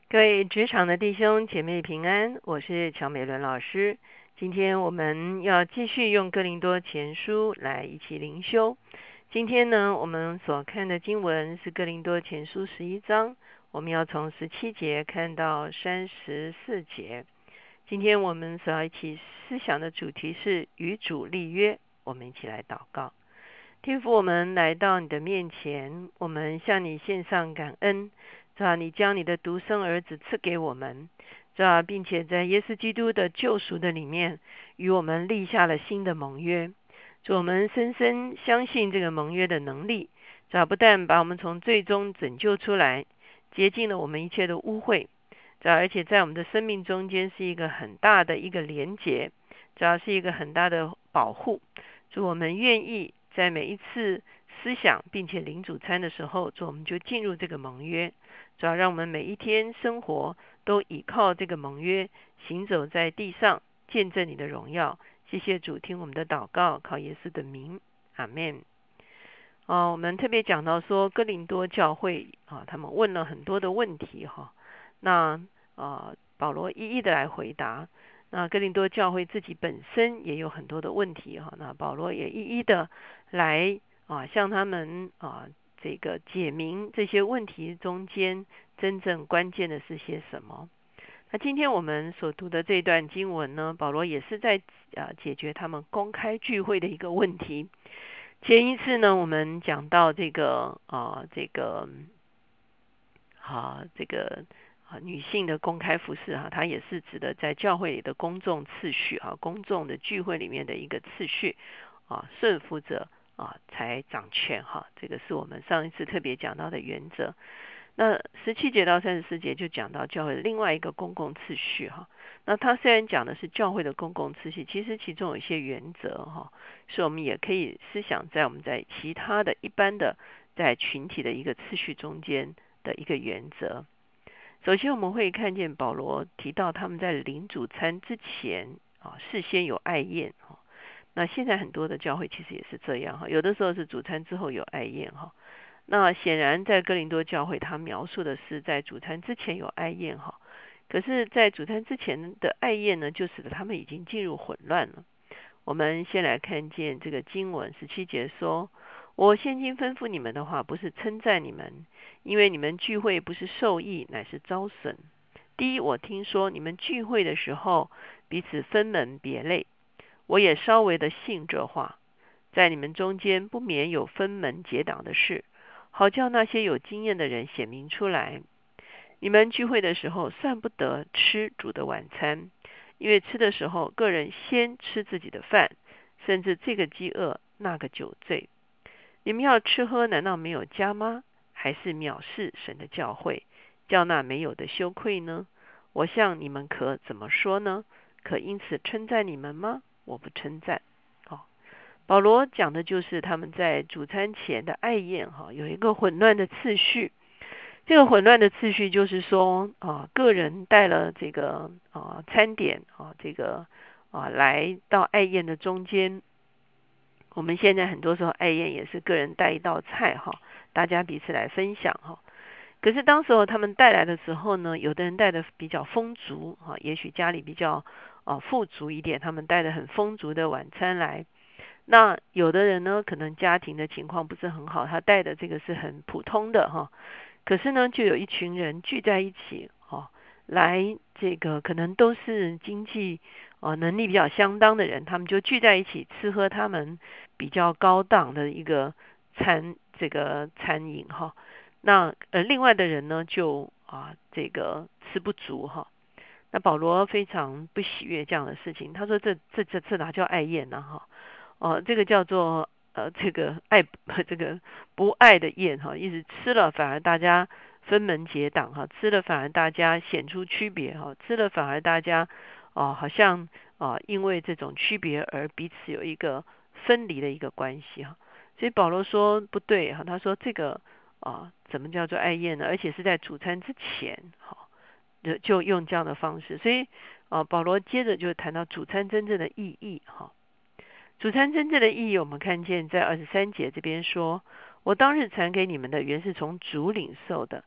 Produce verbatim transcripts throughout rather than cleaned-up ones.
各位职场的弟兄姐妹平安，我是乔美伦老师。今天我们要继续用哥林多前书来一起灵修。今天呢，我们所看的经文是哥林多前书十一章，我们要从十七节看到三十四节。今天我们所要一起思想的主题是与主立约。我们一起来祷告。天父，我们来到你的面前，我们向你献上感恩。主啊，你将你的独生儿子赐给我们，主啊，并且在耶稣基督的救赎的里面，与我们立下了新的盟约。主，我们深深相信这个盟约的能力。主啊，不但把我们从最终拯救出来，洁净了我们一切的污秽，主啊，而且在我们的生命中间是一个很大的一个连结，主要是一个很大的保护。主，我们愿意在每一次思想并且领主餐的时候，主，我们就进入这个盟约。主要让我们每一天生活都倚靠这个盟约，行走在地上，见证你的荣耀。谢谢主，听我们的祷告，靠耶稣的名，阿们。哦，我们特别讲到说哥林多教会啊，他们问了很多的问题哈，那啊保罗一一的来回答。那哥林多教会自己本身也有很多的问题哈，那保罗也一一的来啊向他们啊这个解明这些问题中间真正关键的是些什么。那今天我们所读的这段经文呢，保罗也是在啊解决他们公开聚会的一个问题。前一次呢，我们讲到这个啊这个啊这个啊女性的公开服饰哈，它也是指的在教会里的公众次序啊，公众的聚会里面的一个次序啊，顺服者啊才掌权哈，这个是我们上一次特别讲到的原则。那十七节到三十四节就讲到教会另外一个公共次序哈。那他虽然讲的是教会的公共次序，其实其中有一些原则哈，是我们也可以思想在我们在其他的一般的在群体的一个次序中间的一个原则。首先我们会看见保罗提到他们在领主餐之前啊，事先有爱宴哈。那现在很多的教会其实也是这样哈，有的时候是主餐之后有爱宴哈。那显然在哥林多教会，他描述的是在主餐之前有爱宴哈，可是在主餐之前的爱宴呢，就使得他们已经进入混乱了。我们先来看见这个经文十七节说，我现今吩咐你们的话，不是称赞你们，因为你们聚会不是受益，乃是遭损。第一，我听说你们聚会的时候彼此分门别类，我也稍微的信这话，在你们中间不免有分门结党的事，好叫那些有经验的人显明出来。你们聚会的时候算不得吃主的晚餐，因为吃的时候个人先吃自己的饭，甚至这个饥饿那个酒醉。你们要吃喝，难道没有家吗？还是藐视神的教会，叫那没有的羞愧呢？我向你们可怎么说呢？可因此称赞你们吗？我不称赞。哦，保罗讲的就是他们在主餐前的爱宴哈，有一个混乱的次序。这个混乱的次序就是说啊，个人带了这个啊餐点啊，这个啊来到爱宴的中间。我们现在很多时候爱宴也是个人带一道菜哈，大家彼此来分享哈。可是当时候他们带来的时候呢，有的人带的比较丰足哈，也许家里比较啊富足一点，他们带的很丰足的晚餐来。那有的人呢，可能家庭的情况不是很好，他带的这个是很普通的哈。可是呢，就有一群人聚在一起哈，来这个可能都是经济啊能力比较相当的人，他们就聚在一起吃喝他们比较高档的一个餐这个餐饮哈。那呃另外的人呢就啊这个吃不足哈。那保罗非常不喜悦这样的事情，他说这这这这哪叫爱宴呢哈？哦，这个叫做呃这个爱这个不爱的宴哈，意思吃了反而大家分门结党哈，吃了反而大家显出区别哈，吃了反而大家哦好像啊因为这种区别而彼此有一个分离的一个关系哈。所以保罗说不对哈，他说这个啊怎么叫做爱宴呢？而且是在主餐之前哈。就用这样的方式，所以啊，保罗接着就谈到主餐真正的意义哈。主餐真正的意义，我们看见在二十三节这边说，我当日传给你们的原是从主领受的，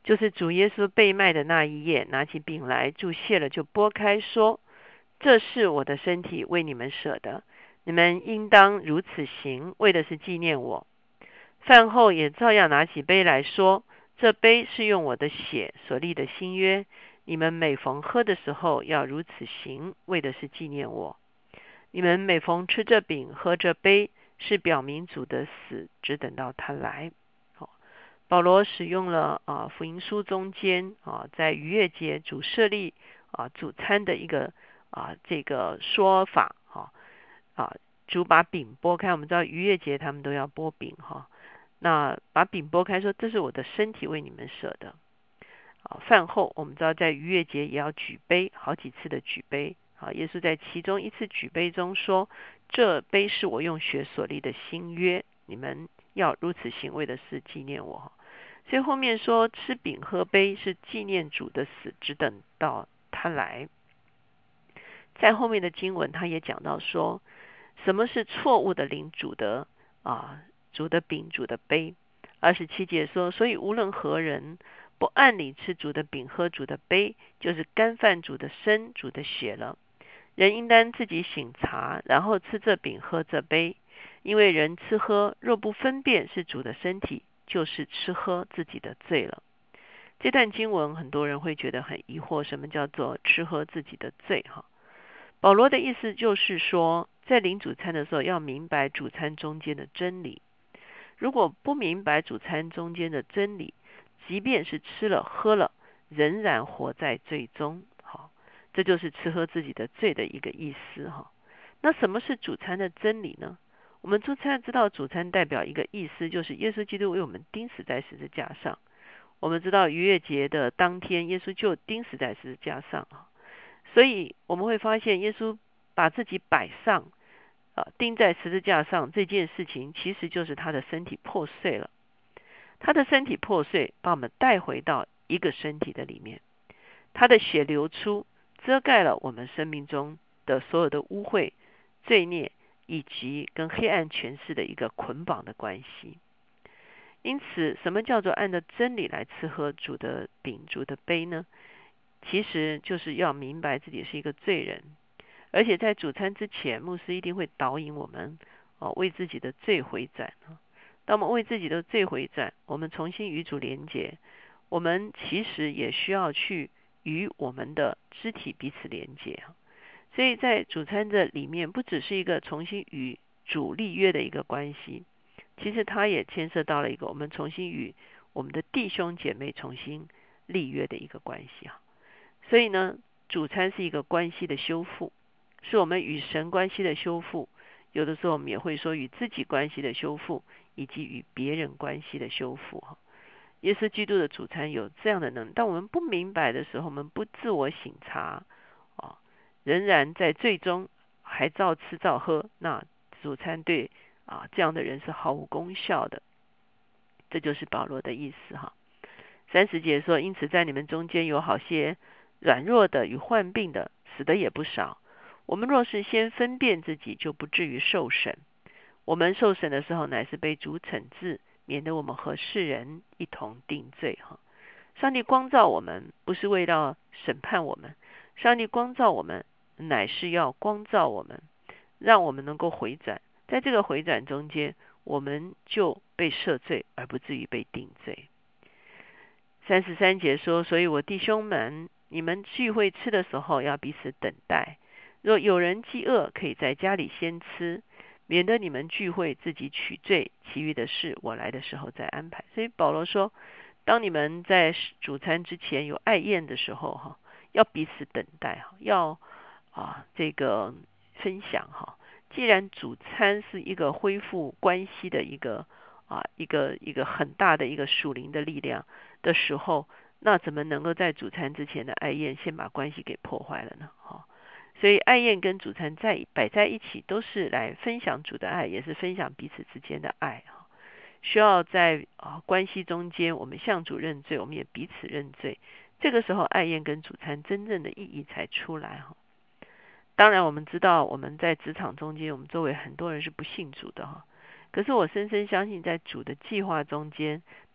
就是主耶稣被卖的那一夜，拿起饼来，祝谢了，就拨开说：这是我的身体，为你们舍的，你们应当如此行，为的是纪念我。饭后也照样拿起杯来说：这杯是用我的血所立的新约，你们每逢喝的时候要如此行，为的是纪念我。你们每逢吃这饼喝这杯，是表明主的死，只等到他来。保罗使用了啊福音书中间啊在逾越节主设立啊主餐的一个啊这个说法哈啊主把饼拨开，我们知道逾越节他们都要拨饼哈，那把饼拨开说这是我的身体，为你们舍的。啊饭后我们知道在逾越节也要举杯，好几次的举杯啊，耶稣在其中一次举杯中说：这杯是我用血所立的新约，你们要如此行，为的是纪念我。所以后面说吃饼喝杯是纪念主的死，只等到他来。在后面的经文他也讲到说，什么是错误的领主的啊主的饼主的杯。二十七节说，所以无论何人不按理吃主的饼喝主的杯，就是干犯主的身主的血了。人应当自己省察，然后吃这饼喝这杯，因为人吃喝若不分辨是主的身体，就是吃喝自己的罪了。这段经文很多人会觉得很疑惑，什么叫做吃喝自己的罪哈？保罗的意思就是说，在领主餐的时候要明白主餐中间的真理，如果不明白主餐中间的真理，即便是吃了喝了，仍然活在罪中。好，这就是吃喝自己的罪的一个意思哈。那什么是主餐的真理呢？我们主餐知道主餐代表一个意思，就是耶稣基督为我们钉死在十字架上。我们知道逾越节的当天，耶稣就钉死在十字架上啊，所以我们会发现耶稣把自己摆上啊，钉在十字架上这件事情，其实就是他的身体破碎了。他的身体破碎，把我们带回到一个身体的里面。他的血流出，遮盖了我们生命中的所有的污秽、罪孽，以及跟黑暗权势的一个捆绑的关系。因此，什么叫做按照真理来吃喝主的饼、主的杯呢？其实就是要明白自己是一个罪人，而且在主餐之前，牧师一定会导引我们哦，为自己的罪回转。当我们为自己的罪回转，我们重新与主连结，我们其实也需要去与我们的肢体彼此连结。所以在主餐这里面，不只是一个重新与主立约的一个关系，其实它也牵涉到了一个我们重新与我们的弟兄姐妹重新立约的一个关系啊。所以呢，主餐是一个关系的修复，是我们与神关系的修复。有的时候我们也会说与自己关系的修复，以及与别人关系的修复。耶稣基督的主餐有这样的能力，但我们不明白的时候，我们不自我省察，仍然在最终还照吃照喝，那主餐对啊这样的人是毫无功效的。这就是保罗的意思哈。三十节说，因此在你们中间有好些软弱的与患病的，死的也不少。我们若是先分辨自己，就不至于受审。我们受审的时候，乃是被主惩治，免得我们和世人一同定罪哈。上帝光照我们，不是为了审判我们，上帝光照我们，乃是要光照我们，让我们能够回转。在这个回转中间，我们就被赦罪，而不至于被定罪。三十三节说，所以我弟兄们，你们聚会吃的时候，要彼此等待。若有人饥饿，可以在家里先吃，免得你们聚会自己取罪，其余的事我来的时候再安排。所以保罗说，当你们在主餐之前有爱宴的时候哈，要彼此等待哈，要啊这个分享哈。既然主餐是一个恢复关系的一个啊一个一个很大的一个属灵的力量的时候，那怎么能够在主餐之前的爱宴先把关系给破坏了呢？哈，所以爱宴跟主餐在摆在一起，都是来分享主的爱，也是分享彼此之间的爱哈。需要在啊关系中间，我们向主认罪，我们也彼此认罪。这个时候，爱宴跟主餐真正的意义才出来哈。当然，我们知道我们在职场中间，我们周围很多人是不信主的哈。可是我深深相信，在主的计划中间，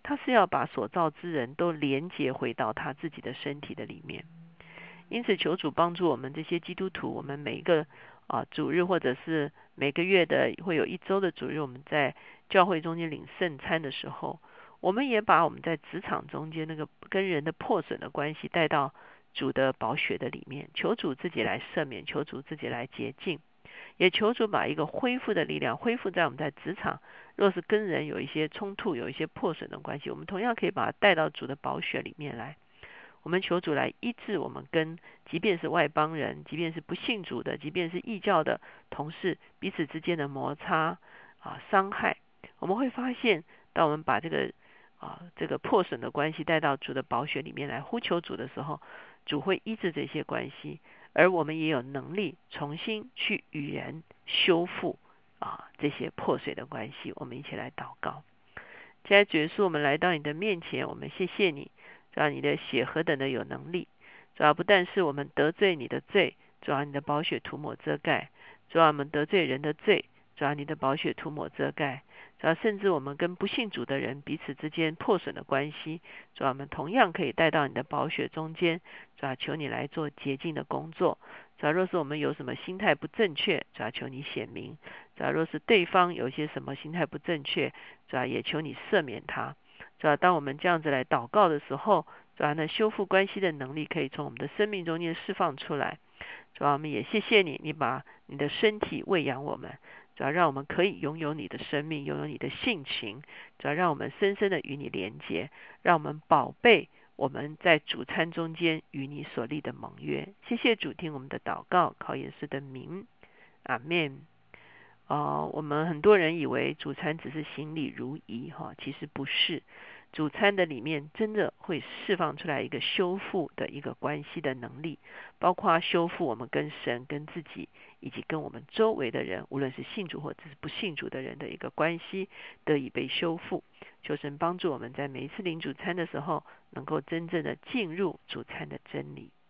他是要把所造之人都连接回到他自己的身体的里面。因此求主帮助我们这些基督徒，我们每一个啊主日或者是每个月的会有一周的主日，我们在教会中间领圣餐的时候，我们也把我们在职场中间那个跟人的破损的关系带到主的宝血的里面，求主自己来赦免，求主自己来洁净，也求主把一个恢复的力量恢复在我们在职场，若是跟人有一些冲突，有一些破损的关系，我们同样可以把它带到主的宝血里面来。我们求主来医治我们跟即便是外邦人，即便是不信主的，即便是异教的同事彼此之间的摩擦啊伤害。我们会发现，当我们把这个啊这个破损的关系带到主的宝血里面来呼求主的时候，主会医治这些关系，而我们也有能力重新去与人修复啊这些破碎的关系。我们一起来祷告。现在主耶稣，我们来到你的面前，我们谢谢你，主要你的血何等的有能力，主要不但是我们得罪你的罪，主要你的宝血涂抹遮盖，主要我们得罪人的罪，主要你的宝血涂抹遮盖，主要甚至我们跟不信主的人彼此之间破损的关系，主要我们同样可以带到你的宝血中间，主要求你来做洁净的工作。主要若是我们有什么心态不正确，主要求你显明，主要若是对方有些什么心态不正确，主要也求你赦免他。主要当我们这样子来祷告的时候，主要呢修复关系的能力可以从我们的生命中间释放出来。主要我们也谢谢你，你把你的身体喂养我们，主要让我们可以拥有你的生命，拥有你的性情，主要让我们深深的与你连结，让我们宝贝我们在主餐中间与你所立的盟约。谢谢主，听我们的祷告，靠耶稣的名，阿们。呃，我们很多人以为主餐只是行礼如仪哈，其实不是。主餐的里面真的会释放出来一个修复的一个关系的能力，包括修复我们跟神、跟自己以及跟我们周围的人，无论是信主或者是不信主的人的一个关系得以被修复。求神帮助我们在每一次领主餐的时候，能够真正的进入主餐的真理。